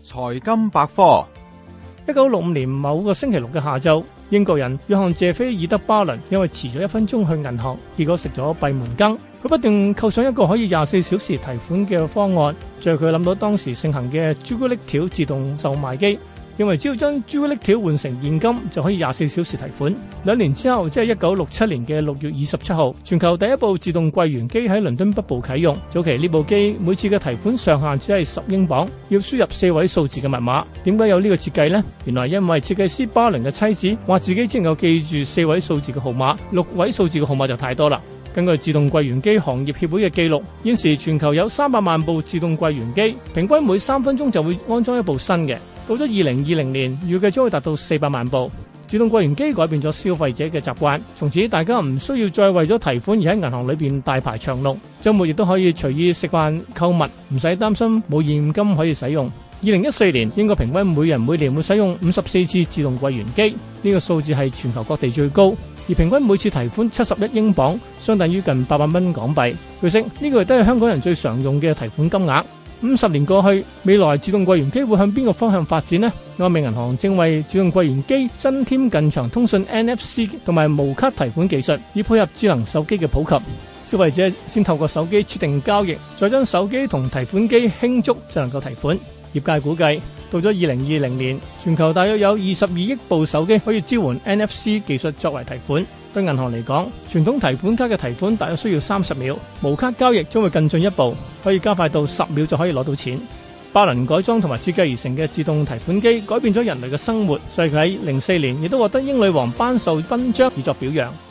財金百科。 1965年某個星期六嘅下晝，英國人約翰謝菲爾德巴倫因為遲咗1分鐘去銀行，結果食咗閉門羹。佢不斷構想一個可以24小時提款嘅方案，最後佢諗到當時盛行嘅朱古力條自動售賣機，認為只要將朱古力條換成現金就可以24小時提款。2年之後，即係1967年嘅6月27號，全球第一部自動櫃員機喺倫敦北部啟用。早期呢部機每次嘅提款上限只係10英鎊，要輸入4位數字嘅密碼。點解有呢個設計呢？原來因為設計師巴倫嘅妻子話自己只能夠記住4位數字嘅號碼，6位數字嘅號碼就太多啦。根據自動櫃員機行業協會嘅記錄，現時全球有300萬部自動櫃員機，平均每3分鐘就會安裝一部新嘅。到咗2020年，預計將會達到400萬部。自動櫃員機改變咗消費者嘅習慣，從此大家唔需要再為咗提款而喺銀行裏邊大排長龍，週末亦都可以隨意食飯購物，唔使擔心冇現金可以使用。2014年，英國平均每人每年會使用54次自動櫃員機，呢個數字係全球各地最高，而平均每次提款71英鎊，相當於近800蚊港幣。據悉，呢個亦都係香港人最常用嘅提款金額。50年過去，未來自動櫃員機會向邊個方向發展呢？歐美銀行正為自動櫃員機增添近場通訊 NFC 同埋無卡提款技術，以配合智能手機嘅普及。消費者先透過手機設定交易，再將手機同提款機輕觸就能夠提款。業界估計，到咗2020年，全球大約有22億部手機可以支援 NFC 技術作為提款。對銀行嚟講，傳統提款卡嘅提款大約需要30秒，無卡交易將會更進一步，可以加快到10秒就可以攞到錢。巴倫改裝同埋設計而成嘅自動提款機改變咗人類嘅生活，所以佢喺04年亦都獲得英女王頒授勳章以作表揚。